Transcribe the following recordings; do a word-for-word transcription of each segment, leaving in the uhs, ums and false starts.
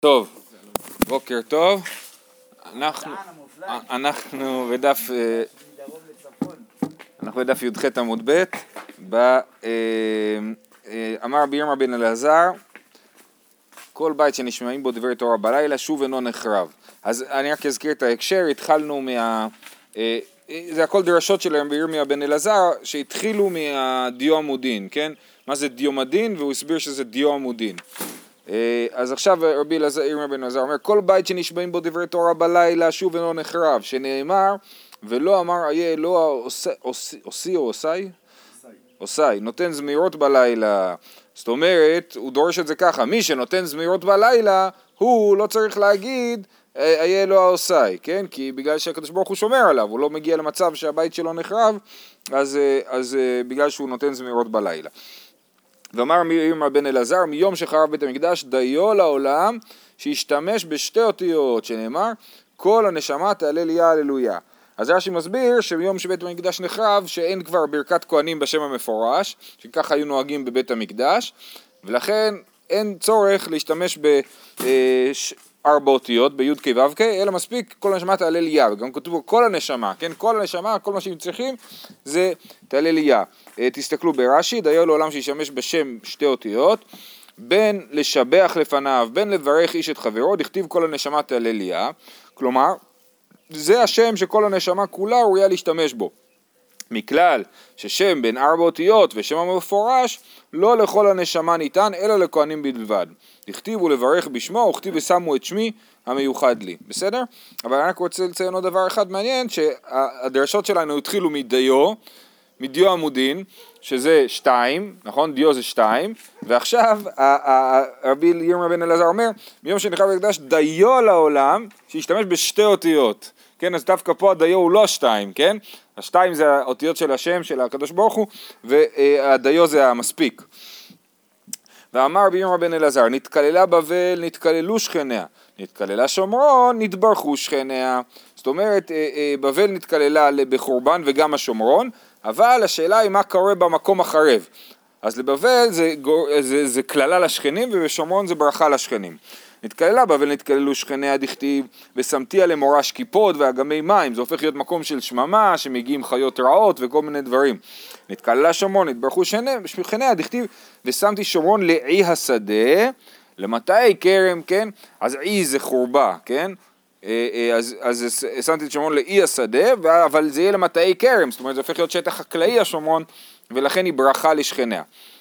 טוב, בוקר טוב, אנחנו, אנחנו בדף, אנחנו בדף י"ח עמוד ב', אמר רבי ירמיה בן אלעזר, כל בית שנשמעים בו דברי תורה בלילה שוב אינו נחרב. אז אני רק אזכיר את ההקשר, התחלנו מה... זה הכל דרשות של רבי ירמיה בן אלעזר שהתחילו מהדיו עמודין, כן? מה זה דיו מדין? והוא הסביר שזה דיו עמודין. אז עכשיו רבי ירמיה בן אלעזר אומר, כל בית שנשבעים בו דברי תורה בלילה שוב אינו נחרב, שנאמר ולא אמר איה אלוה עושי או עושי? עושי, נותן זמירות בלילה. זאת אומרת, הוא דורש את זה ככה, מי שנותן זמירות בלילה, הוא לא צריך להגיד איה אלוה עושי, כן? כי בגלל שהקדוש ברוך הוא שומר עליו, הוא לא מגיע למצב שהבית שלו נחרב, אז, אז בגלל שהוא נותן זמירות בלילה. ואמר ירמיה בן אלעזר, מיום שחרב בית המקדש דיו לעולם שהשתמש בשתי אותיות, שנאמר כל הנשמה תהלל יה הללויה. אז רש"י מסביר שביום שבית המקדש נחרב שאין כבר ברכת כהנים בשם המפורש, שככה היו נוהגים בבית המקדש, ולכן אין צורך להשתמש בארבע אותיות, בי' כ' ו' כ', אלא מספיק כל הנשמה תהלל יה, וגם כתוב כל הנשמה, כן? כל הנשמה, כל מה שהם צריכים זה תהלל יה. תסתכלו ברש"י, דיו לעולם שישמש בשם שתי אותיות, בין לשבח לפניו, בין לברך איש את חברו, דכתיב כל הנשמה תהלל יה, כלומר, זה השם שכל הנשמה כולה ראויה להשתמש בו. מכלל ששם בין ארבע אותיות ושם המפורש לא לכל הנשמה ניתן אלא לכהנים בלבד. דכתיבו לברך בשמו וכתיב ושמו את שמי המיוחד לי. בסדר? אבל אני רק רוצה לציין עוד דבר אחד מעניין, שהדרשות שלנו התחילו מדיו, מדיו עמודין, שזה שתיים, נכון? דיו זה שתיים, ועכשיו רבי ירמיה בן אלעזר אומר, מיום שנחרב המקדש דיו לעולם שישתמש בשתי אותיות. כן, אז דווקא פה הדיו הוא לא שתיים, כן? השתיים זה האותיות של השם של הקדוש ברוך הוא, והדיו זה המספיק. ואמר רבי ירמיה בן אלעזר, נתקללה בבל, נתקללו שכניה, נתקללה שומרון, נתברכו שכניה. זאת אומרת, בבל נתקללה בחורבן וגם השומרון, אבל השאלה היא מה קורה במקום החרב. אז לבבל זה, זה, זה כללה לשכנים, ובשומרון זה ברכה לשכנים. נתקללה בבל נתקללו שכניה דכתיב, ושמתיה למורש כיפות ואגמי מים, זה הופך להיות מקום של שממה, שמגיעים חיות רעות וכל מיני דברים. נתקללה שומרון, נתברכו שכניה דכתיב, ושמתי שומרון לעי השדה, למתי כרם, כן? אז עי זה חורבה, כן? אז, אז שמתי את שומרון לאי השדה, אבל זה יהיה למטעי כרם, זאת אומרת זה הופך להיות שטח חקלאי השומרון, ולכן היא ברכה לשכניה.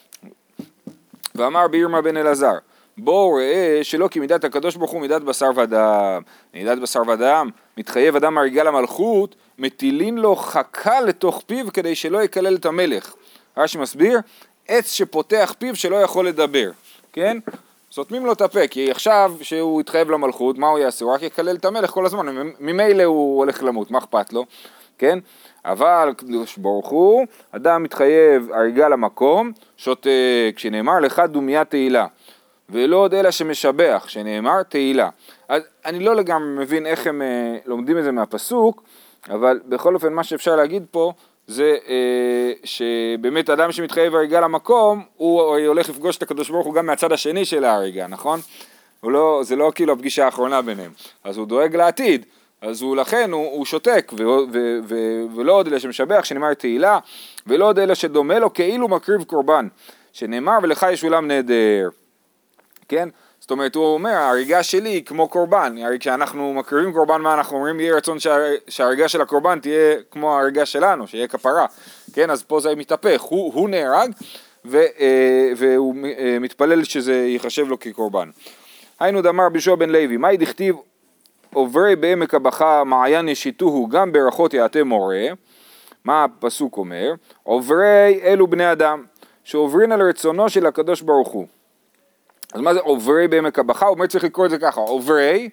ואמר ירמיה בן אלעזר, בואו ראה שלא כי מידת הקדוש ברוך הוא מידת בשר ודם, מידת בשר ודם, מתחייב אדם הריגה למלכות, מטילין לו חכה לתוך פיו כדי שלא יקלל את המלך. רש"י מסביר, עץ שפותח פיו שלא יכול לדבר, כן? סותמים לו את הפה, כי עכשיו שהוא יתחייב למלכות, מה הוא יעשה? הוא רק יקלל את המלך כל הזמן, ממילא הוא הולך למות, מה אכפת לו? כן? אבל קדוש ברוך הוא, אדם מתחייב הריגה למקום, שותק, שנאמר לך דומיה תהילה, ולא עוד אלא שמשבח, שנאמר תהילה. אז אני לא לגמרי מבין איך הם אה, לומדים את זה מהפסוק, אבל בכל אופן מה שאפשר להגיד פה, זה אה, שבאמת אדם שמתחייב הריגה למקום, הוא הולך לפגוש את הקדוש ברוך הוא גם מהצד השני של ההריגה, נכון? לא, זה לא כאילו הפגישה האחרונה ביניהם. אז הוא דואג לעתיד, אז הוא לכן הוא, הוא שותק, ו, ו, ו, ולא עוד אלא שמשבח, שנאמר תהילה, ולא עוד אלא שדומה לו כאילו מקריב קורבן, שנאמר ולך ישולם נדר. כן? זאת אומרת, הוא אומר, ההריגה שלי היא כמו קורבן. כשאנחנו מקריבים קורבן, מה אנחנו אומרים? יהיה רצון שההריגה של הקורבן תהיה כמו ההריגה שלנו, שיהיה כפרה. כן? אז פה זה מתהפך. הוא, הוא נהרג, ו, והוא מתפלל שזה ייחשב לו כקורבן. היינו דאמר רבי יהושע בן לוי, מהי דכתיב עוברי בעמק הבכה מעיין ישיתוהו גם ברכות יעטה מורה? מה הפסוק אומר? עוברי אלו בני אדם, שעוברין על רצונו של הקדוש ברוך הוא. אז מה זה עוברי בעמק הבכה? הוא אומר צריך לקרוא את זה ככה, עוברי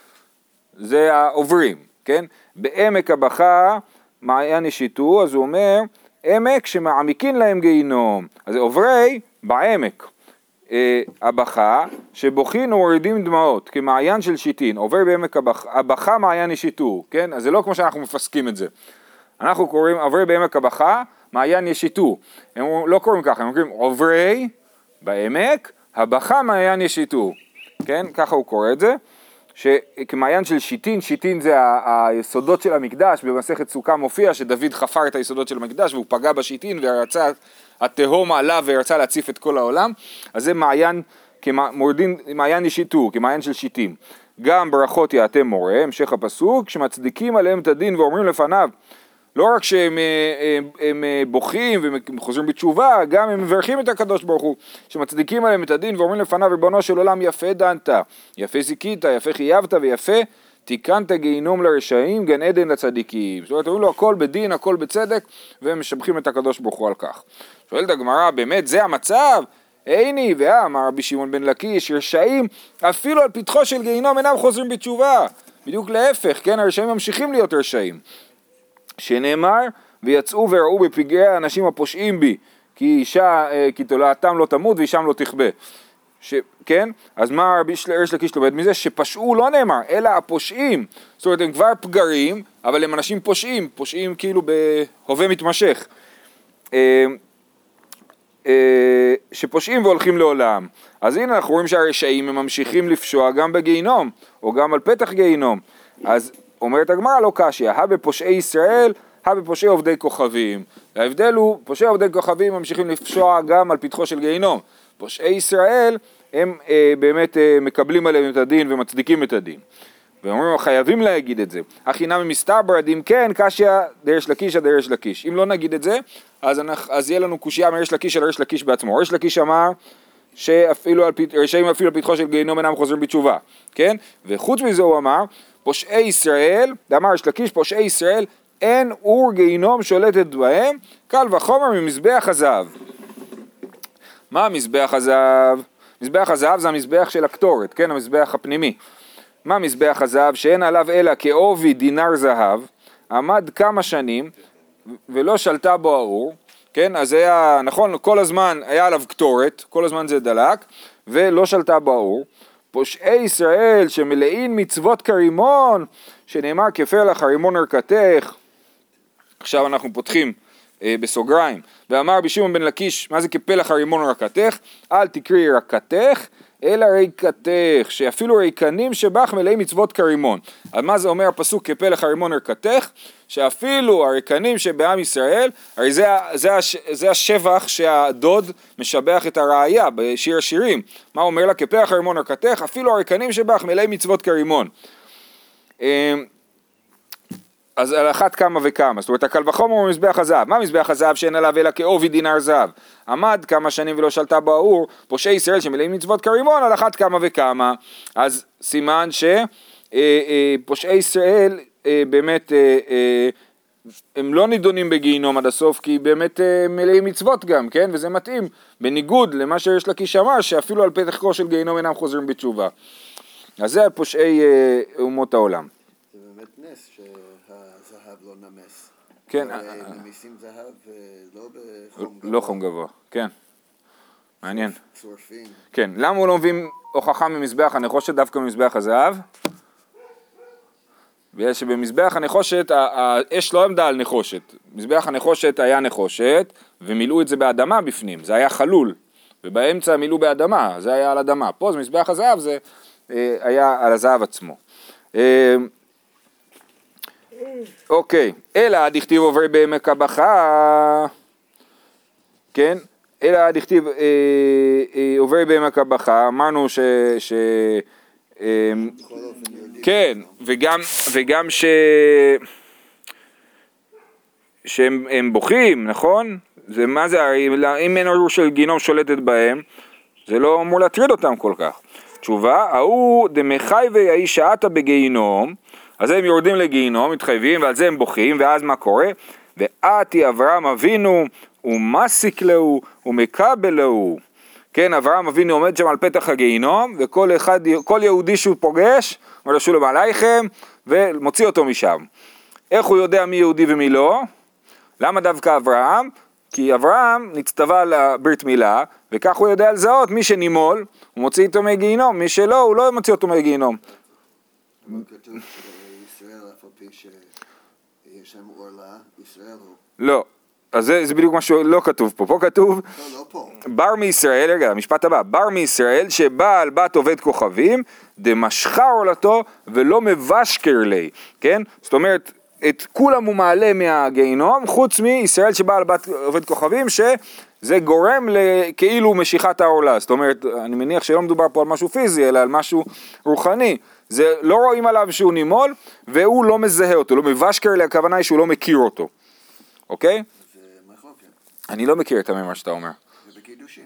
זה העוברים, כן? בעמק הבכה מעיין ישיתו, אז הוא אומר עמק שמעמיקין להם גיהינום, אז עוברי בעמק אה, הבכה שבוכין ומורידים דמעות כמעיין של שיטין, עובר בעמק הבכה, הבכה מעיין ישיתו, כן? אז זה לא כמו שאנחנו מפסקים את זה, אנחנו קוראים עוברי בעמק הבכה מעיין ישיתו, הם לא קוראים ככה, הם קוראים עוברי בעמק הבכה מעיין ישיתו, כן? ככה הוא קורא את זה, שכמעיין של שיטין, שיטין זה היסודות של המקדש, במסכת סוכה מופיע שדוד חפר את היסודות של המקדש והוא פגע בשיטין ורצה, התהום עליו ורצה להציף את כל העולם, אז זה מעיין, כמורדין, מעיין ישיטור, כמעיין של שיטין. גם ברכות יעתם מורה, המשך הפסוק, שמצדיקים עליהם את הדין ואומרים לפניו, לא רק שהם הם, הם, הם בוכים וחוזרים בתשובה, גם הם מברכים את הקדוש ברוך הוא, שמצדיקים עליהם את הדין ואומרים לפניו, ריבונו של עולם יפה דנת, יפה זיקית, יפה חייבת ויפה תיקנת גיהינום לרשעים, גן עדן לצדיקים. זאת אומרת, אומרים לו הכל בדין, הכל בצדק, והם משבחים את הקדוש ברוך הוא על כך. שואלת הגמרא, באמת זה המצב? איני, ואמר רבי שמעון בן לקיש, רשעים אפילו על פתחו של גיהינום אינם חוזרים בתשובה. בדיוק להפך, כן, הרשעים ממשיכים להיות רשעים. שנאמר, ויצאו וראו בפגעי האנשים הפושעים בי, כי אישה, כי תולעתם לא תמות ואישם לא תכבה. ש, כן? אז מה רבי ריש לקיש לומד מזה? שפשעו לא נאמר, אלא הפושעים. זאת אומרת, הם כבר פגרים, אבל הם אנשים פושעים, פושעים כאילו בהווה מתמשך. שפושעים והולכים לעולם. אז הנה אנחנו רואים שהרשעים הם ממשיכים לפשוע גם בגיהינום, או גם על פתח גיהינום. אז אומרת הגמרא לא קשיא, הא בפושעי ישראל, הא בפושעי עובדי כוכבים. ההבדל הוא, פושעי עובדי כוכבים ממשיכים לפשוע גם על פתחו של גיהינום. פושעי ישראל הם אה, באמת אה, מקבלים עליהם את הדין ומצדיקים את הדין. ואומרים, חייבים להגיד את זה. הכי נמי מסתבר, אם כן, קשיא דריש לקיש עד דריש לקיש. אם לא נגיד את זה, אז, אנחנו, אז יהיה לנו קושיה מריש לקיש על ריש לקיש בעצמו. ריש לקיש אמר שאפילו על, רשעים אפילו על פתחו של גיהינום אינם חוזרים בתשובה. כן? וחוץ מזה הוא אמר, פושעי ישראל, אמר ריש לקיש, פושעי ישראל, אין אור גיהינום שולטת בהם, קל וחומר ממזבח הזהב. מה המזבח הזהב? מזבח הזהב זה המזבח של הקטורת, כן? המזבח הפנימי. מה מזבח הזהב? שאין עליו אלא כעובי דינר זהב, עמד כמה שנים ולא שלטה בו האור, כן? אז היה, נכון, כל הזמן היה עליו קטורת, כל הזמן זה דלק, ולא שלטה בו האור. פושעי ישראל שמלאים מצוות כרימון, שנאמר כפר לך הרימון ערכתך. עכשיו אנחנו פותחים אה, בסוגריים, ואמר רבי שמעון בן לקיש, מה זה כפלח הרימון ערכתך? אל תקראי ערכתך, אלא ריקתך, שאפילו ריקנים שבך מלאים מצוות כרימון. אז מה זה אומר הפסוק כפלח הרימון ערכתך? שאפילו הריקנים שבעם ישראל, הרי זה, זה, זה השבח שהדוד משבח את הראיה בשיר השירים. מה אומר לה? כפלח הרימון ערכתך, אפילו הריקנים שבך מלאים מצוות כרימון. אז על אחת כמה וכמה, זאת אומרת הקל וחומר הוא מזבח הזהב. מה מזבח הזהב שאין עליו אלא כעובי דינר זהב? עמד כמה שנים ולא שלטה בו האור, פושעי ישראל שמלאים מצוות כרימון על אחת כמה וכמה. אז סימן שפושעי ישראל באמת הם לא נידונים בגיהינום עד הסוף, כי באמת מלאים מצוות גם, כן? וזה מתאים, בניגוד למה שיש לקיש אמר, שאפילו על פתחו של גיהינום אינם חוזרים בתשובה. אז זה פושעי אומות העולם. זה באמת נס שהזהב לא נמס. כן. נמיסים זהב לא בחום גבוה. לא חום גבוה, כן. מעניין. צורפים. כן. למה הוא לא מביא הוכחה ממזבח הנחושת דווקא ממזבח הזהב? בגלל שבמזבח הנחושת, האש לא עמדה על נחושת. מזבח הנחושת היה נחושת, ומילאו את זה באדמה בפנים, זה היה חלול, ובאמצע מילאו באדמה, זה היה על אדמה. פה זה מזבח הזהב, זה היה על הזהב עצמו. אוקיי, אלא דכתיב עובר בעמק הבכה, כן? אלא דכתיב עובר בעמק הבכה, אמרנו ש... ש כן, וגם, וגם ש... שהם בוכים, נכון? זה מה זה, אם אין אור של גיהינום שולטת בהם, זה לא אמור להטריד אותם כל כך. תשובה, ההוא דמחי ויהי שעתה בגיהינום, אז הם יורדים לגיהינום, מתחייבים, ועל זה הם בוכים, ואז מה קורה? ועתי אברהם אבינו, ומסיק לו, ומקבל לו. כן, אברהם אבינו עומד שם על פתח הגיהינום, וכל אחד, כל יהודי שהוא פוגש, אומר לו שלום עליכם, ומוציא אותו משם. איך הוא יודע מי יהודי ומי לא? למה דווקא אברהם? כי אברהם נצטווה לברית מילה, וכך הוא יודע לזהות מי שנימול, הוא מוציא אותו מגיהינום, מי שלא, הוא לא מוציא אותו מגיהינום. כתוב שישראל, אף על פי שיש שם אור לה, ישראל הוא... לא. אז זה, זה בדיוק מה שלא כתוב פה, פה כתוב, לא, לא פה. בר מישראל, רגע, המשפט הבא, בר מישראל שבעל בת עובד כוכבים, דמשכה עולתו ולא מבשקר לי, כן? זאת אומרת, את כולם הוא מעלה מהגיהינום, חוץ מישראל שבעל בת עובד כוכבים, שזה גורם לכאילו משיכת העולה, זאת אומרת, אני מניח שלא מדובר פה על משהו פיזי, אלא על משהו רוחני, זה לא רואים עליו שהוא נימול, והוא לא מזהה אותו, לא מבשקר לי, הכוונה היא שהוא לא מכיר אותו, אוקיי? זה מחלוקת. אני לא מכיר את הממה שאתה אומר. זה בקידושים.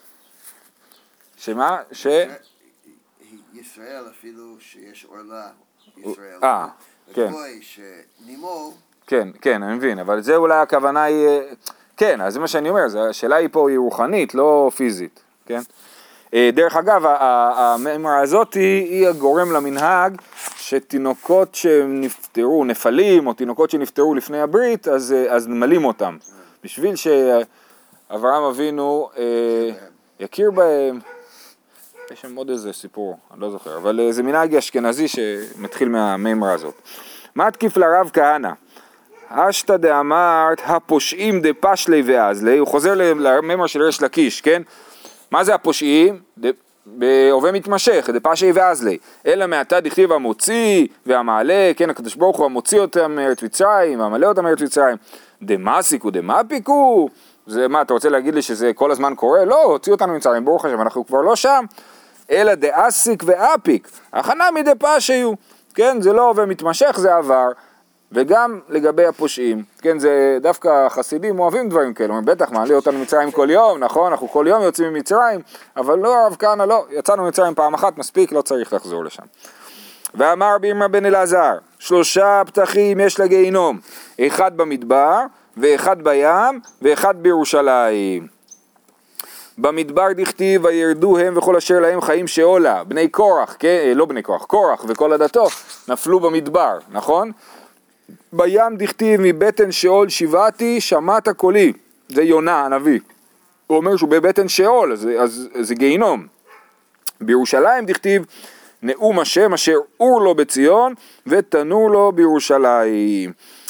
שמה? ש... ישראל אפילו שיש עורלה, ישראל. אה, כן. וגוי שנימול. כן, כן, אני מבין, אבל זה אולי הכוונה היא... כן, אז זה מה שאני אומר, השאלה היא פה היא רוחנית, לא פיזית, כן? דרך אגב, המאמרה הזאת היא הגורם למנהג שתינוקות שנפטרו, נפלים, או תינוקות שנפטרו לפני הברית, אז, אז נמלים אותם. בשביל שאברהם אבינו יכיר בהם, יש שם עוד איזה סיפור, אני לא זוכר, אבל זה מנהג אשכנזי שמתחיל מהמאמרה הזאת. מה תקיף לרב כהנא? אשתא דאמרת הפושעים דפשלי ואזלי, הוא חוזר למאמר של ריש לקיש, כן? מה זה הפושעים? בהווה מתמשך, דפשלי ואזלי. אלא מעתה דכתיב המוציא והמעלה, כן, הקדוש ברוך הוא המוציא אותם מארץ מצרים, והמעלה אותם מארץ מצרים. דמסיקו דמפיקו, זה מה, אתה רוצה להגיד לי שזה כל הזמן קורה? לא, הוציאו אותנו מצרים, ברוך השם, אנחנו כבר לא שם. אלא דאסיק ואפיק, הכנה מדי פשיו, כן, זה לא הווה מתמשך, זה עבר. וגם לגבי הפושעים, כן, זה דווקא חסידים אוהבים דברים כאלה, בטח מעלה אותנו מצרים כל יום, נכון, אנחנו כל יום יוצאים ממצרים, אבל לא, הרב כהנא לא, יצאנו ממצרים פעם אחת, מספיק, לא צריך לחזור לשם. ואמר רבי ירמיה בן אלעזר, שלושה פתחים יש לגיהינום, אחד במדבר, ואחד בים, ואחד בירושלים. במדבר דכתיב, וירדו הם וכל אשר להם חיים שאולה, בני קורח, כן, לא בני קורח, קורח וכל עדתו, נפלו במדבר, נכון? בים דכתיב מבטן שאול שיבעתי שמעת קולי, זה יונה הנביא, הוא אומר שהוא בבטן שאול, אז, אז, אז זה גיהינום. בירושלים דכתיב נאום השם אשר אור לו בציון ותנור לו בירושלים.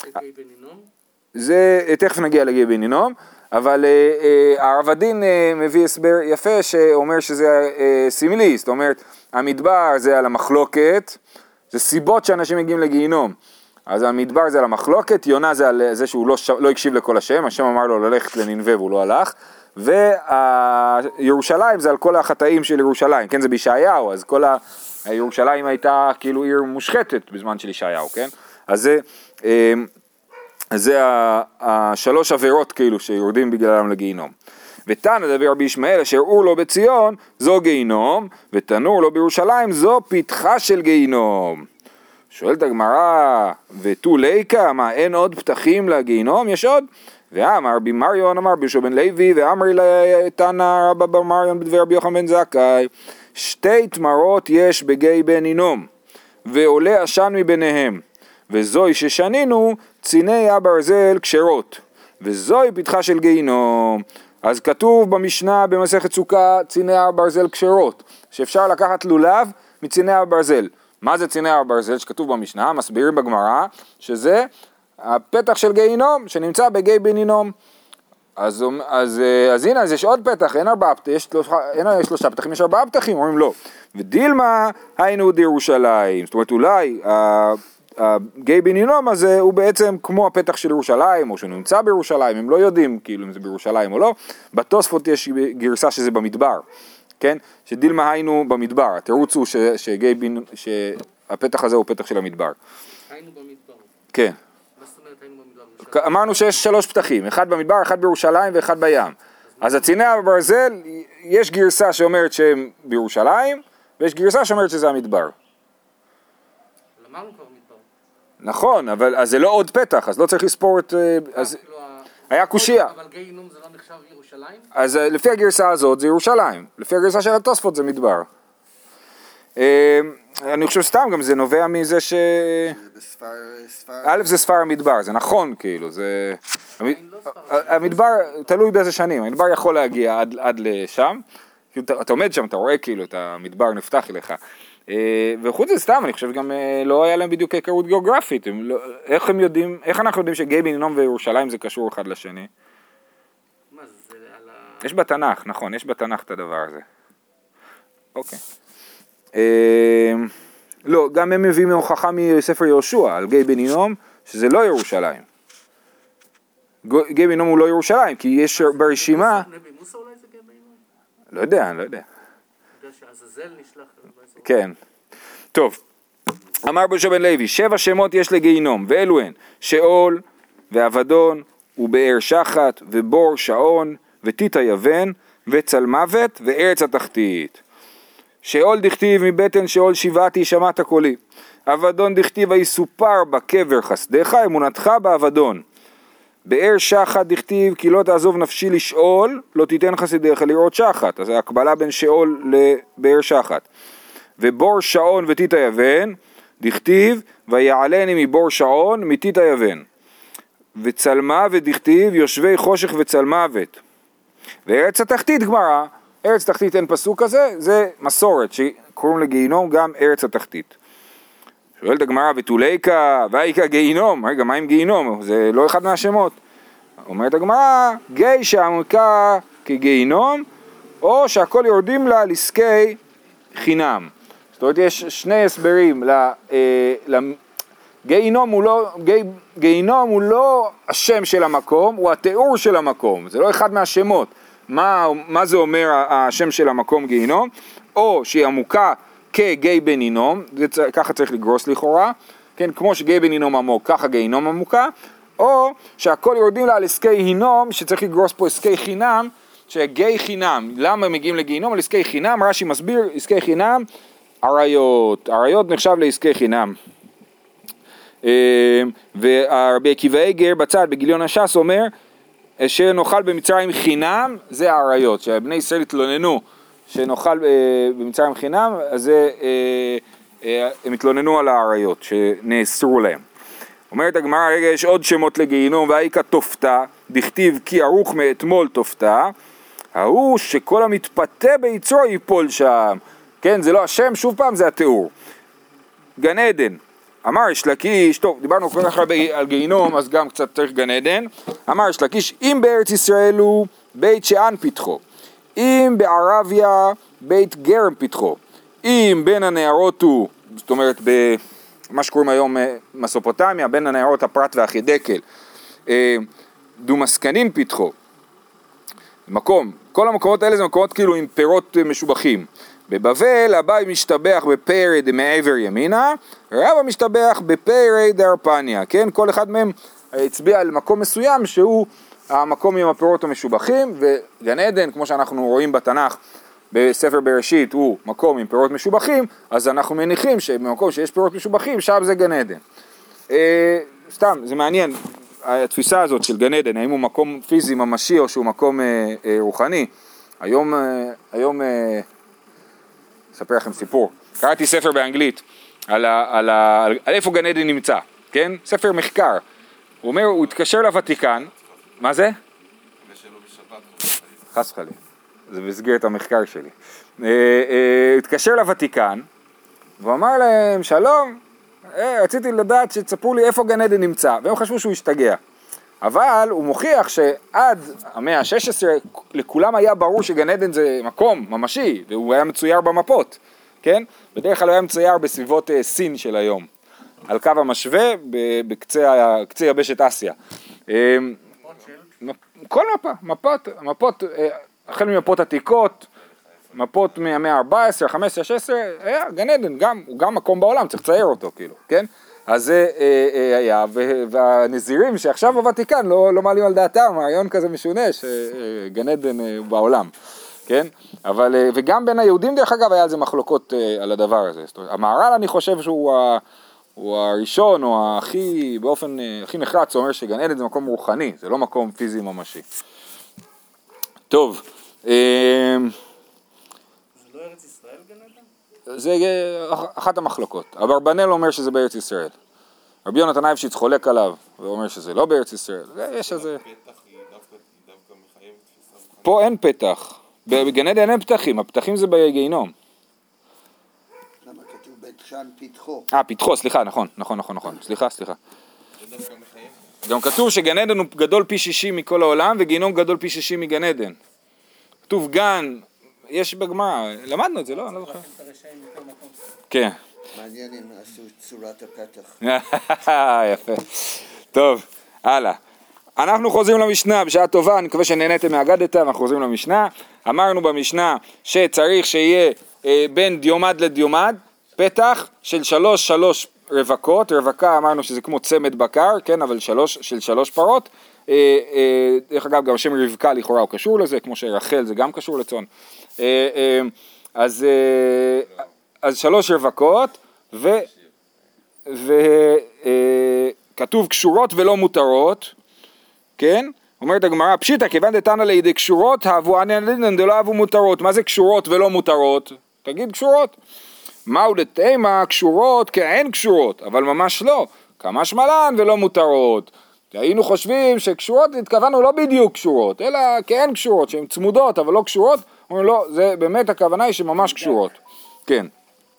זה, תכף נגיע לגבי בנינום, אבל uh, uh, הרב הדין uh, מביא הסבר יפה שאומר שזה uh, סמלי, זאת אומרת המדבר זה על המחלוקת, זה סיבות שאנשים מגיעים לגיהינום. אז המדבר זה על המחלוקת, יונה זה על זה שהוא לא, לא הקשיב לכל השם, השם אמר לו ללכת לנינווה והוא לא הלך, וירושלים זה על כל החטאים של ירושלים, כן, זה בישעיהו, אז כל הירושלים הייתה כאילו עיר מושחתת בזמן של ישעיהו, כן, אז זה, אז זה השלוש עבירות כאילו שיורדים בגללם לגיהינום. ותנא דבי רבי ישמעאל אשר אור לו בציון זו גיהינום, ותנור לו בירושלים זו פתחה של גיהינום. שואלת הגמרא, ותו ליקה, מה אין עוד פתחים לגיהינום? יש עוד? ואמר רבי מריון אמר ביהושע בן לוי, ואמרי לתנא רבא בר מריון בדבר רבי יוחנן בן זכאי, שתי תמרות יש בגיא בן הינום, ועולה עשן מביניהם, וזוהי ששנינו ציני הברזל כשרות, וזוהי פתחה של גיהינום. אז כתוב במשנה במסכת סוכה ציני הברזל כשרות, שאפשר לקחת לולב מציני הברזל. מה זה ציני הברזל שכתוב במשנה? מסבירים בגמרא שזה הפתח של גיהינום שנמצא בגיא בן הינום. אז, אז, אז הנה, אז יש עוד פתח, אין ארבעה פתחים, יש, יש שלושה פתחים, יש ארבעה פתחים, אומרים לא. ודילמה היינו דירושלים, זאת אומרת אולי הגיא בן הינום הזה הוא בעצם כמו הפתח של ירושלים, או שהוא נמצא בירושלים, הם לא יודעים כאילו אם זה בירושלים או לא. בתוספות יש גרסה שזה במדבר. כן? שדילמה היינו במדבר, התירוץ הוא ש, שגיא בן, שהפתח הזה הוא פתח של המדבר. היינו במדבר. כן. מה זאת אומרת היינו במדבר? אמרנו שיש שלוש פתחים, אחד במדבר, אחד בירושלים ואחד בים. אז הציני הברזל, יש גרסה שאומרת שהם בירושלים, ויש גרסה שאומרת שזה המדבר. אמרנו כבר מדבר. נכון, אבל אז זה לא עוד פתח, אז לא צריך לספור את... אז... היה קושיה. אבל גיא הינום זה לא נחשב ירושלים? אז לפי הגרסה הזאת זה ירושלים, לפי הגרסה של התוספות זה מדבר. אני חושב סתם גם זה נובע מזה ש... א' זה ספר המדבר, זה נכון כאילו, זה... המדבר תלוי באיזה שנים, המדבר יכול להגיע עד לשם, אתה עומד שם, אתה רואה כאילו את המדבר נפתח אליך. וחוץ זה סתם, אני חושב גם לא היה להם בדיוק היכרות גיאוגרפית, איך הם יודעים, איך אנחנו יודעים שגיא בן הינום וירושלים זה קשור אחד לשני? יש בתנ"ך, נכון, יש בתנ"ך את הדבר הזה. אוקיי. אה, לא, גם הם מביאים הוכחה מספר יהושע, על גיא בן הינום, שזה לא ירושלים. גיא בן הינום הוא לא ירושלים, כי יש ברשימה... נבי מוסא אולי זה גיא בן הינום? לא יודע, אני לא יודע. אתה יודע שעזאזל נשלח... כן. טוב. אמר בושה בן לוי, שבע שמות יש לגיהינום, ואלו הן, שאול, ואבדון, ובאר שחת, ובור שעון, וטיט היוון, וצלמוות, וארץ התחתית. שאול דכתיב מבטן שאול שיבעתי שמעת קולי. אבדון דכתיב היסופר בקבר חסדך, אמונתך באבדון. באר שחת דכתיב כי לא תעזוב נפשי לשאול, לא תיתן חסידיך לראות שחת. אז ההקבלה בין שאול לבאר שחת. ובור שעון וטיט היוון, דכתיב ויעלני מבור שעון מטיט היוון. וצלמוות דכתיב יושבי חושך וצלמוות. וארץ התחתית גמרא, ארץ תחתית אין פסוק כזה, זה מסורת שקוראים לגיהינום גם ארץ התחתית. שואלת הגמרא ותוליקה ואיקה גיהינום, רגע מה עם גיהינום? זה לא אחד מהשמות. אומרת הגמרא, גיא שעמקה כגיהינום, או שהכל יורדים לה לעסקי חינם. זאת אומרת יש שני הסברים, גיהינום הוא לא, גיהינום הוא לא השם של המקום, הוא התיאור של המקום, זה לא אחד מהשמות. מה, מה זה אומר השם של המקום גיהינום? או שהיא עמוקה כגיא בן הינום, ככה צריך לגרוס לכאורה, כן, כמו שגיא בן הינום עמוק, ככה גיהינום עמוקה, או שהכל יורדים לה על עסקי הינום, שצריך לגרוס פה עסקי חינם, שגיא חינם, למה מגיעים לגיהינום? על עסקי חינם, רש"י מסביר, עסקי חינם, עריות, עריות נחשב לעסקי חינם. והרבי עקיבא איגר בצד בגיליון הש"ס אומר, שנאכל במצרים חינם, זה העריות, שבני ישראל התלוננו שנאכל במצרים חינם, אז זה, הם התלוננו על העריות שנאסרו להם. אומרת הגמרא, רגע, יש עוד שמות לגיהינום, והאיקה תופתה, דכתיב כי ערוך מאתמול תופתה, ההוא שכל המתפתה ביצרו ייפול שם, כן, זה לא השם, שוב פעם זה התיאור. גן עדן, אמר יש לקיש, טוב, דיברנו כל כך הרבה על גיהינום, אז גם קצת צריך גן עדן, אמר יש לקיש, אם בארץ ישראל הוא בית שאן פתחו, אם בערביה בית גרם פתחו, אם בין הנערות הוא, זאת אומרת במה שקוראים היום מסופוטמיה, בין הנערות הפרת והחידקל, דומסקנין פתחו, מקום, כל המקומות האלה זה מקומות כאילו עם פירות משובחים, בבבל הבאי משתבח בפרא דמעבר ימינה, רבא משתבח בפרא דארפניה, כן? כל אחד מהם הצביע על מקום מסוים שהוא המקום עם הפירות המשובחים, וגן עדן, כמו שאנחנו רואים בתנ"ך, בספר בראשית הוא מקום עם פירות משובחים, אז אנחנו מניחים שבמקום שיש פירות משובחים, שם זה גן עדן. אה, סתם, זה מעניין, התפיסה הזאת של גן עדן, האם הוא מקום פיזי ממשי או שהוא מקום אה, אה, רוחני. היום, אה, היום אה, אספר לכם סיפור. קראתי ספר באנגלית על, ה, על, ה, על, על איפה גן עדן נמצא, כן? ספר מחקר. הוא אומר, הוא התקשר לוותיקן, מה זה? חס וחלילה. זה במסגרת המחקר שלי. הוא התקשר לוותיקן, והוא אמר להם, שלום, רציתי לדעת שתספרו לי איפה גן עדן נמצא, והם חשבו שהוא השתגע. אבל הוא מוכיח שעד המאה ה-שש עשרה לכולם היה ברור שגן עדן זה מקום ממשי, והוא היה מצויר במפות, כן? בדרך כלל הוא היה מצויר בסביבות סין של היום, על קו המשווה בקצה יבשת אסיה. כל מפה, מפות, מפות, החל ממפות עתיקות, מפות מהמאה ה-ארבע עשרה, ה-חמש עשרה, ה-שש עשרה, היה גן עדן, גם, הוא גם מקום בעולם, צריך לצייר אותו כאילו, כן? אז זה אה, אה, היה, והנזירים שעכשיו בוותיקן לא, לא מעלים על דעתם, הרעיון כזה משונה שגן עדן אה, בעולם, כן? אבל, אה, וגם בין היהודים דרך אגב היה על זה מחלוקות אה, על הדבר הזה. זאת אומרת, המהר"ל אני חושב שהוא ה, הוא הראשון או הכי, באופן אה, הכי נחרץ, הוא אומר שגן עדן זה מקום רוחני, זה לא מקום פיזי ממשי. טוב, אה, זה לא ארץ ישראל גן עדן? זה אחת המחלוקות. אברבנאל אומר שזה בארץ ישראל. רבי יונתן אייבשיץ חולק עליו ואומר שזה לא בארץ ישראל. יש איזה... פה אין פתח. בגן עדן אין פתחים, הפתחים זה בגיהינום. למה כתוב בית שאן פתחו? אה, פתחו, סליחה, נכון, נכון, נכון, נכון. סליחה, סליחה. גם כתוב שגן עדן הוא גדול פי שישים מכל העולם וגיהינום גדול פי שישים מגן עדן. כתוב גן, יש בגמרא, למדנו את זה, לא? אני לא זוכר. כן. מעניין אם עשו צורת הפתח. יפה. טוב, הלאה. אנחנו חוזרים למשנה, בשעה טובה, אני מקווה שנהניתם מהגדתה, אנחנו חוזרים למשנה. אמרנו במשנה שצריך שיהיה אה, בין דיומד לדיומד, פתח של שלוש שלוש רווקות, רווקה אמרנו שזה כמו צמד בקר, כן, אבל שלוש, של שלוש פרות. אה, אה, דרך אגב, גם השם רבקה לכאורה הוא קשור לזה, כמו שרחל זה גם קשור לצאן. אה, אה, אז, אה, אז שלוש רווקות, ו... וכתוב קשורות ולא מותרות, כן? אומרת הגמרא, פשיטא כיוון דתנא לידי קשורות, אהבו ענין דלא אהבו מותרות. מה זה קשורות ולא מותרות? תגיד קשורות. מהו דתימה קשורות כאין קשורות, אבל ממש לא, כמשמע לן ולא מותרות. היינו חושבים שקשורות, התכוונו לא בדיוק קשורות, אלא כאין קשורות, שהן צמודות אבל לא קשורות. אומרים לא, זה באמת הכוונה היא שממש קשורות. כן.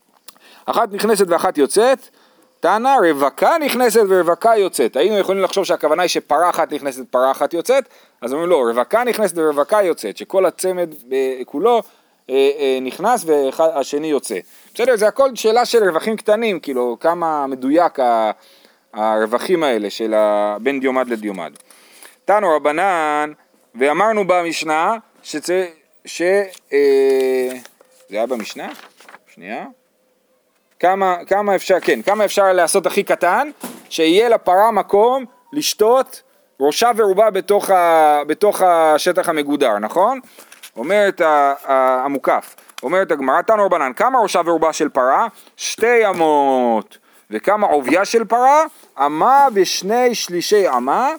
אחת נכנסת ואחת יוצאת, תנא רווקה נכנסת ורווקה יוצאת. היינו יכולים לחשוב שהכוונה היא שפרה אחת נכנסת ופרה אחת יוצאת, אז אומרים לא, רווקה נכנסת ורווקה יוצאת, שכל הצמד כולו אה, אה, נכנס והשני יוצא. בסדר, זה הכל שאלה של רווחים קטנים, כאילו כמה מדויק הרווחים האלה של בין דיומד לדיומד. תנו רבנן, ואמרנו במשנה שצריך, ש... אה, זה היה במשנה? שנייה. כמה, כמה אפשר, כן, כמה אפשר לעשות הכי קטן, שיהיה לפרה מקום לשתות ראשה ורובה בתוך, ה, בתוך השטח המגודר, נכון? אומרת המוקף, אומרת הגמרא, תנו רבנן, כמה ראשה ורובה של פרה? שתי אמות. וכמה עוביה של פרה? אמה בשני שלישי אמה,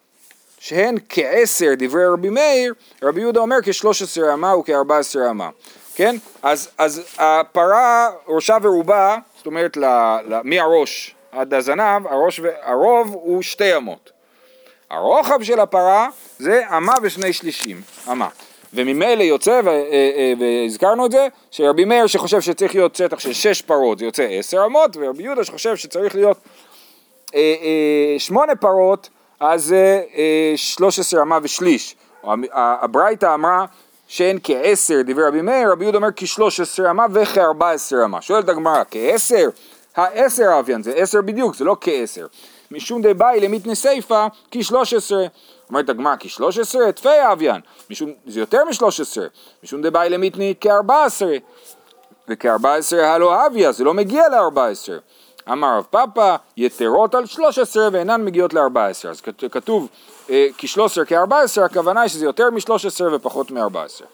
שהן כעשר דברי רבי מאיר, רבי יהודה אומר כשלוש עשרה אמה וכארבע עשרה אמה. כן? אז, אז הפרה, ראשה ורובה, זאת אומרת, ל, ל, מהראש עד הזנב, הראש והרוב הוא שתי אמות. הרוחב של הפרה זה אמה ושני שלישים, אמה. וממילא יוצא, והזכרנו את זה, שרבי מאיר שחושב שצריך להיות שטח של שש פרות, זה יוצא עשר אמות, ורבי יהודה שחושב שצריך להיות אה, אה, שמונה פרות, אז זה אה, שלוש עשרה אמה ושליש. הברייתא אמרה, שאין כעשר דברי רבי מאיר, רבי יהודה אומר כשלוש עשרה אמה וכארבע עשרה אמה. שואלת הגמרא, כעשר? העשר אביין, זה עשר בדיוק, זה לא כעשר. משום דבאי למיתני סייפה, כשלוש עשרה. אומרת הגמרא, כשלוש עשרה, תפי אביין. משום, זה יותר משלוש עשרה. משום דבאי למיתני כארבע עשרה. וכארבע עשרה הלא אביה, זה לא מגיע לארבע עשרה. אמר רב פאפא, יתרות על שלוש עשרה ואינן מגיעות לארבע עשרה. אז כתוב, כשלוש עשרה כארבע עשרה, הכוונה היא שזה יותר משלוש עשרה ופחות מארבע עשרה.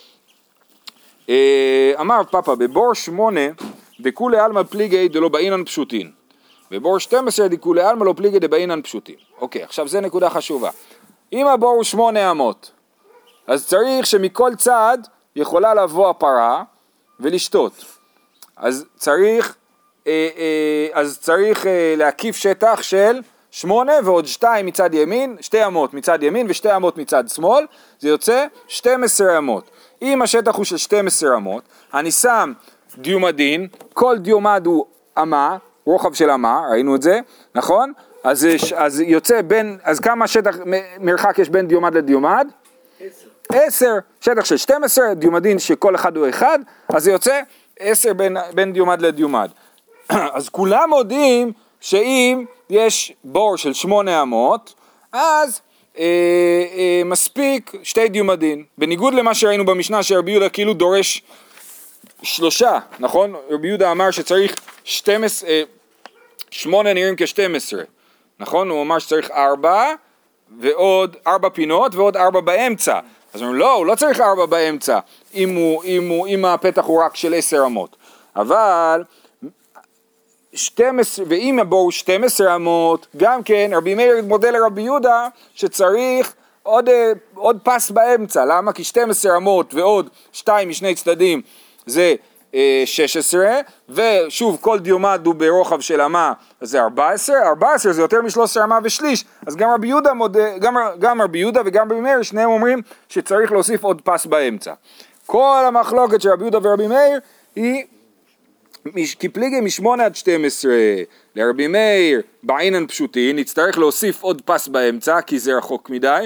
אמר רב פאפא, בבור שמונה, דכולי עלמא פליגי דלא באינן פשוטין. בבור שתים עשרה, דכולי עלמא לא פליגי דבאינן פשוטין. אוקיי, עכשיו זה נקודה חשובה. אם הבור הוא שמונה אמות, אז צריך שמכל צד יכולה לבוא הפרה ולשתות. אז צריך... אז צריך להקיף שטח של שמונה ועוד שתיים מצד ימין, שתי אמות מצד ימין ושתי אמות מצד שמאל, זה יוצא שתים עשרה אמות. אם השטח הוא של שתים עשרה אמות, אני שם דיומדין, כל דיומד הוא אמה, רוחב של אמה, ראינו את זה, נכון? אז, אז יוצא בין, אז כמה שטח, מרחק יש בין דיומד לדיומד? עשר. עשר, שטח של שתים עשרה, דיומדין שכל אחד הוא אחד, אז זה יוצא עשר בין, בין דיומד לדיומד. אז כולם יודעים שאם יש בור של שמונה אמות, אז אה, אה, מספיק שתי דיומדין. בניגוד למה שראינו במשנה שרבי יהודה כאילו דורש שלושה, נכון? רבי יהודה אמר שצריך שתים עשרה, אה, שמונה נראים כשתים עשרה, נכון? הוא אמר שצריך ארבע ועוד ארבע פינות ועוד ארבע באמצע. אז הוא אומר לא, הוא לא צריך ארבע באמצע אם, הוא, אם, הוא, אם הפתח הוא רק של עשר אמות. אבל... שתים עשרה, ואם הבור הוא שתים עשרה אמות, גם כן רבי מאיר מודה לרבי יהודה שצריך עוד, עוד פס באמצע. למה? כי שתים עשרה אמות ועוד שתיים משני צדדים זה אה, שש עשרה, ושוב כל דיומד הוא ברוחב של אמה, אז זה ארבע עשרה, ארבע עשרה זה יותר מ-שלוש עשרה אמה ושליש, אז גם רבי יהודה, מודה, גם, גם רבי יהודה וגם רבי מאיר, שניהם אומרים שצריך להוסיף עוד פס באמצע. כל המחלוקת של רבי יהודה ורבי מאיר היא כי פליגי משמונה עד שתים עשרה, לרבי מאיר בעינן פשוטין, נצטרך להוסיף עוד פס באמצע, כי זה רחוק מדי,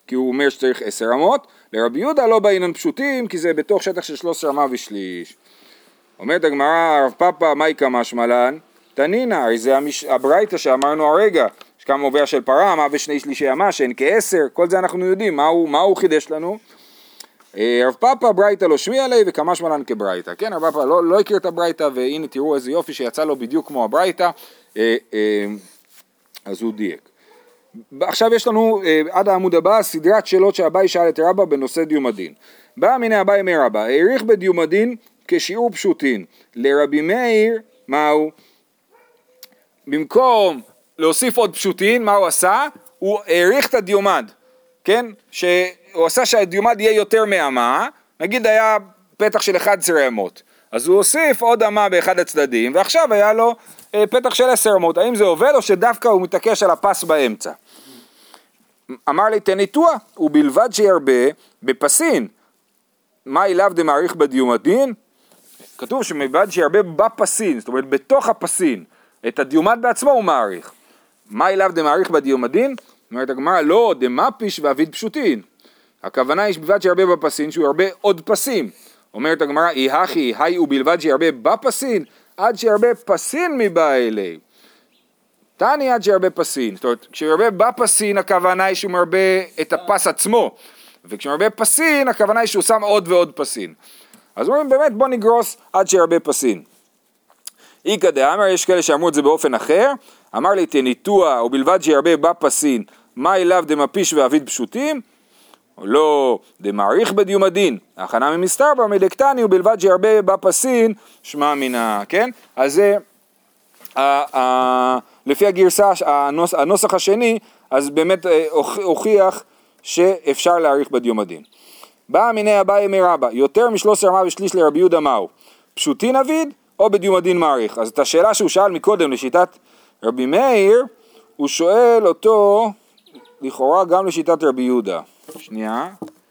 כי הוא אומר שצריך עשר אמות, לרבי יהודה לא באינן פשוטים, כי זה בתוך שטח של שלוש עשרה אמה ושליש. אומרת הגמרא, הרב פאפא, מהי כמה שמלן? תנינה, הרי זה המש... הברייתא שאמרנו הרגע, שכמה מובע של פרה, אמה ושני שלישי אמה, שהן כעשר, כל זה אנחנו יודעים, מה הוא, מה הוא חידש לנו? הרב פאפא ברייתא לא שמיע עלי וכמה שמלן כברייתא, כן, הרב פאפא לא, לא הכיר את הברייתא, והנה תראו איזה יופי שיצא לו בדיוק כמו הברייתא, אז הוא דייק. עכשיו יש לנו עד העמוד הבא סדרת שאלות שאביי שאל את רבא בנושא דיום הדין. בא מיני אביי מרבא, העריך בדיום הדין כשיעור פשוטין, לרבי מאיר מהו? במקום להוסיף עוד פשוטין, מה הוא עשה? הוא העריך את הדיומד, כן? שהוא עשה שהדיומד יהיה יותר מאמה, נגיד היה פתח של אחת עשרה אמות, אז הוא הוסיף עוד אמה באחד הצדדים, ועכשיו היה לו אה, פתח של עשר אמות, האם זה עובד או שדווקא הוא מתעקש על הפס באמצע? אמר לי תניתוע, ובלבד שירבה בפסין, מה אליו דמעריך בדיום הדין? כתוב שמבד שירבה בפסין, זאת אומרת בתוך הפסין, את הדיומד בעצמו הוא מעריך. מה אליו דמעריך בדיום הדין? אומרת הגמרא, לא, דמפיש ואביד פשוטין. הכוונה היא שבלבד שירבה בפסין, שהוא ירבה עוד פסים. אומרת הגמרא, אי הכי, היי ובלבד שירבה בפסין, עד שירבה פסין מבא אלי. תני עד שירבה פסין. זאת אומרת, כשירבה בפסין, הכוונה היא שהוא מרבה את הפס עצמו. וכשמרבה פסין, הכוונה היא שהוא שם עוד ועוד פסין. אז אומרים, באמת, בוא נגרוס עד שירבה פסין. איקא דאמר, יש כאלה שאמרו את זה באופן אחר, אמר לי תניתוע, ובלבד שירבה בפסין, מה אליו דמפיש ואביד פשוטים? לא, דמעריך בדיום הדין, הכנה ממסתרבר מדקתני, ובלבד שירבה בפסין, שמע מינה, כן? אז זה, לפי הגרסה, הנוסח השני, אז באמת הוכיח שאפשר להעריך בדיום הדין. בא מיני אביי מרבא, יותר משלוש עשרה אמה ושליש לרבי יהודה מהו? פשוטין אביד או בדיום הדין מעריך? אז את השאלה שהוא שאל מקודם לשיטת רבי מאיר, הוא שואל אותו לכאורה גם לשיטת רבי יהודה. שנייה.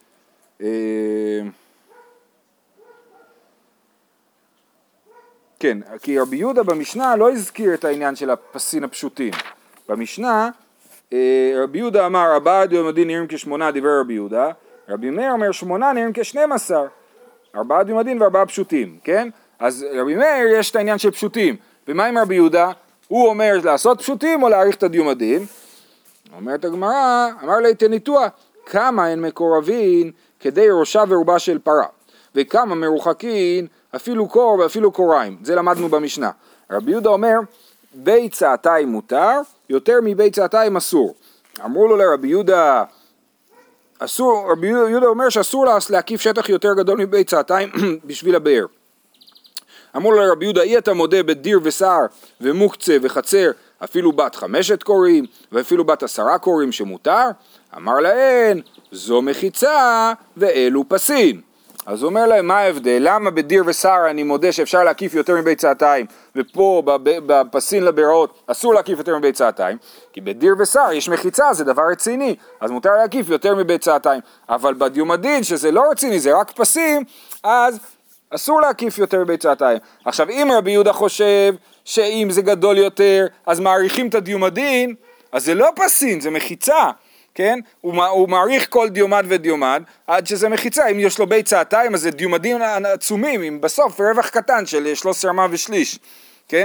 כן, כי רבי יהודה במשנה לא הזכיר את העניין של הפסין הפשוטים. במשנה רבי יהודה אמר ארבעה דיום הדין נראים כשמונה, דיבר רבי יהודה, רבי מאיר אומר שמונה נראים כשנים עשר, ארבעה דיום הדין וארבעה פשוטים, כן? אז רבי מאיר יש את העניין של פשוטים, ומה עם רבי יהודה? הוא אומר לעשות פשוטים או להעריך את הדיום הדין? אומרת הגמרא, אמר לי תניתוע, כמה הן מקורבין כדי ראשה ורובה של פרה, וכמה מרוחקין אפילו קור ואפילו קוריים, זה למדנו במשנה. רבי יהודה אומר, בית צעתיים מותר, יותר מבית צעתיים אסור. אמרו לו לרבי יהודה, אסור, רבי יהודה אומר שאסור להקיף שטח יותר גדול מבית צעתיים בשביל הבאר. אמרו לו לרבי יהודה, אי אתה מודה בדיר ושר ומוקצה וחצר, אפילו בת חמשת קוראים ואפילו בת עשרה קוראים שמותר? אמר להן, זו מחיצה ואלו פסין. אז הוא אומר להם, מה ההבדל? למה בדיר ושר אני מודה שאפשר להקיף יותר מבית צעתיים, ופה בפסין לבארות אסור להקיף יותר מבית צעתיים? כי בדיר ושר יש מחיצה, זה דבר רציני, אז מותר להקיף יותר מבית צעתיים. אבל בדיום הדין, שזה לא רציני, זה רק פסים, אז אסור להקיף יותר מבית צעתיים. עכשיו, אם רבי יהודה חושב שאם זה גדול יותר, אז מעריכים את הדיום הדין, אז זה לא פסין, זה מחיצה. כן? הוא, הוא מעריך כל דיומד ודיומד עד שזה מחיצה. אם יש לו בית צעתיים אז זה דיומדים עצומים, עם בסוף רווח קטן של שלוש עשרה אמה ושליש, כן?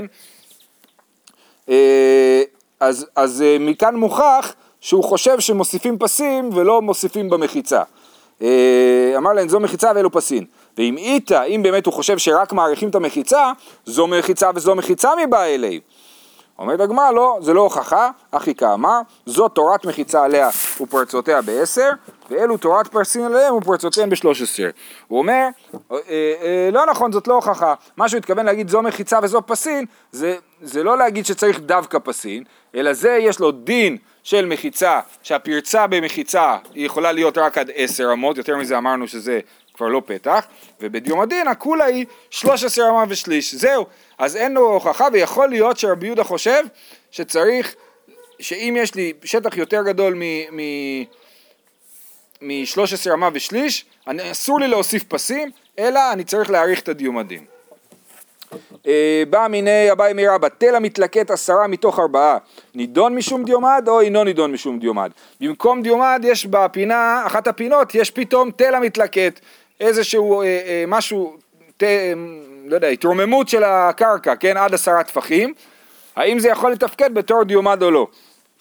אז, אז מכאן מוכח שהוא חושב שמוסיפים פסים ולא מוסיפים במחיצה. אמר להם זו מחיצה ואלו פסין. ואם איתה, אם באמת הוא חושב שרק מעריכים את המחיצה, זו מחיצה וזו מחיצה מבא אלי. אומרת הגמרא, לא, זה לא הוכחה, אחי כאמר, זו תורת מחיצה עליה ופרצותיה בעשר, ואלו תורת פרסין עליהם ופרצותיהם בשלוש עשרה. הוא אומר, אה, אה, לא נכון, זאת לא הוכחה, מה שהוא התכוון להגיד זו מחיצה וזו פסין, זה, זה לא להגיד שצריך דווקא פסין, אלא זה יש לו דין של מחיצה, שהפרצה במחיצה היא יכולה להיות רק עד עשר אמות, יותר מזה אמרנו שזה כבר לא פתח, ובדיום הדין הכולה היא שלוש עשרה אמה ושליש, זהו. אז אין לו הוכחה, ויכול להיות שרבי יהודה חושב שצריך, שאם יש לי שטח יותר גדול מ-שלוש עשרה אמה ושליש, אסור לי להוסיף פסים, אלא אני צריך להעריך את הדיום הדין. בא מיני אביי מרבא, תל המתלקט עשרה מתוך ארבעה, נידון משום דיומד או אינו נידון משום דיומד? במקום דיומד יש בפינה, אחת הפינות, יש פתאום תל המתלקט, איזשהו אה, אה, משהו, ת, אה, לא יודע, התרוממות של הקרקע, כן, עד עשרה טפחים, האם זה יכול לתפקד בתור דיומד או לא?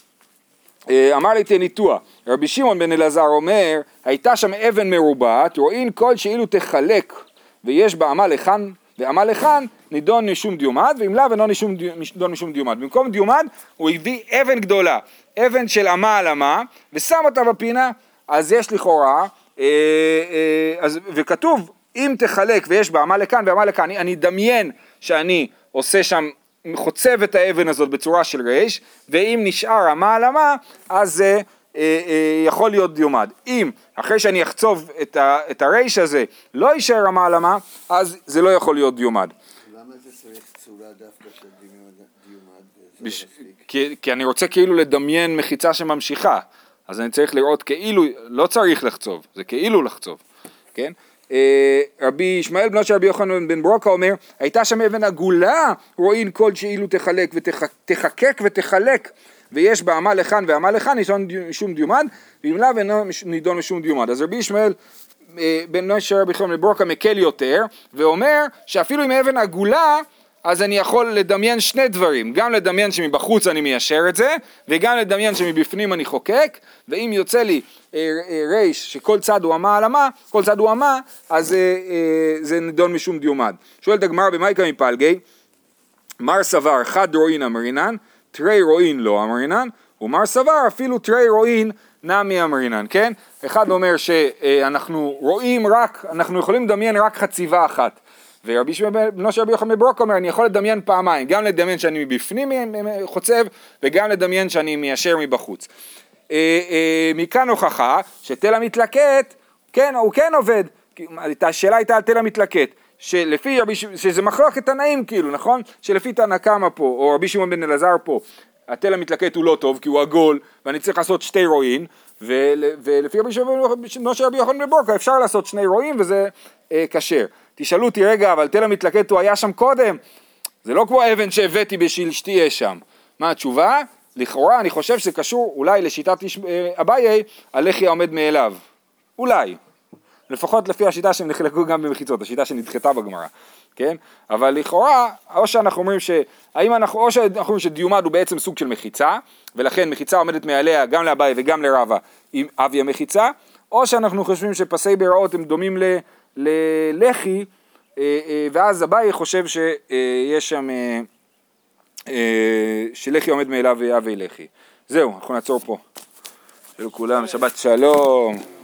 אה, אמר לי תניתוח, רבי שמעון בן אלעזר אומר, הייתה שם אבן מרובעת, רואים כל שאילו תחלק, ויש בה עמל לכאן, ועמל לכאן, נידון משום דיומד, ואם לאו אינו נידון משום דיומד. במקום דיומד, הוא הביא אבן גדולה, אבן של אמה על אמה, ושם אותה בפינה, אז יש לכאורה, אה, אה, אז, וכתוב, אם תחלק ויש בה עמל לכאן ועמל לכאן, אני, אני דמיין שאני עושה שם, חוצב את האבן הזאת בצורה של רייש, ואם נשאר אמה על אמה, אז זה אה, אה, יכול להיות דיומד. אם אחרי שאני אחצוב את, ה, את הרייש הזה, לא יישאר אמה על אמה, אז זה לא יכול להיות דיומד. למה זה צריך צורה דווקא של דיומד? בש... כי, כי אני רוצה כאילו לדמיין מחיצה שממשיכה, אז אני צריך לראות כאילו, לא צריך לחצוב, זה כאילו לחצוב, כן? רבי ישמעאל בנו של רבי יוחנן בן ברוקה אומר, הייתה שם אבן עגולה, רואים כל שאילו תחלק ותחקק ותחלק, ויש בה עמל לכאן ועמל לכאן, נידון משום דיומד, ואם לאו אינו נידון משום דיומד. אז רבי ישמעאל בנו של רבי יוחנן בן ברוקה מקל יותר, ואומר שאפילו עם אבן עגולה, אז אני יכול לדמיין שני דברים, גם לדמיין שמבחוץ אני מיישר את זה, וגם לדמיין שמבפנים אני חוקק, ואם יוצא לי אה, אה, רייש שכל צד הוא אמה על אמה, כל צד הוא אמה, אז אה, אה, זה נידון משום דיומד. שואלת הגמרא במייקה מפלגי, מר סבר חד רואין אמרינן, תרי רואין לא אמרינן, ומר סבר אפילו תרי רואין נמי אמרינן, כן? אחד אומר שאנחנו רואים רק, אנחנו יכולים לדמיין רק חציבה אחת, ורבי בנו של רבי יוחנן בן ברוקה אומר, אני יכול לדמיין פעמיים, גם לדמיין שאני מבפנים חוצב, וגם לדמיין שאני מיישר מבחוץ. מכאן הוכחה שתל המתלקט, כן, הוא כן עובד, השאלה הייתה על תל המתלקט, שלפי רבי, שזה מחלוקת תנאים כאילו, נכון? שלפי תנא קמא פה, או רבי שמעון בן אלעזר פה, התל המתלקט הוא לא טוב, כי הוא עגול, ואני צריך לעשות שתי רואים, ולפי רבי בנו של רבי יוחנן בן ברוקה אפשר לעשות שני רואים, וזה כשר. תשאלו אותי רגע, אבל תל המתלקט הוא היה שם קודם, זה לא כמו האבן שהבאתי בשביל שתהיה שם. מה התשובה? לכאורה אני חושב שזה קשור אולי לשיטת אביי, הלחי העומד מאליו. אולי. לפחות לפי השיטה שהם נחלקו גם במחיצות, השיטה שנדחתה בגמרא. כן? אבל לכאורה, או שאנחנו אומרים ש... האם אנחנו, או שאנחנו אומרים שדיומד הוא בעצם סוג של מחיצה, ולכן מחיצה עומדת מעליה גם לאביי וגם לרבא עם אבי המחיצה, או שאנחנו חושבים שפסי ביראות הם דומים ל... ללחי, ואז אביי חושב שיש שם, שלחי עומד מאליו ואבי לחי. זהו, אנחנו נעצור פה. שלום כולם, שבת שלום.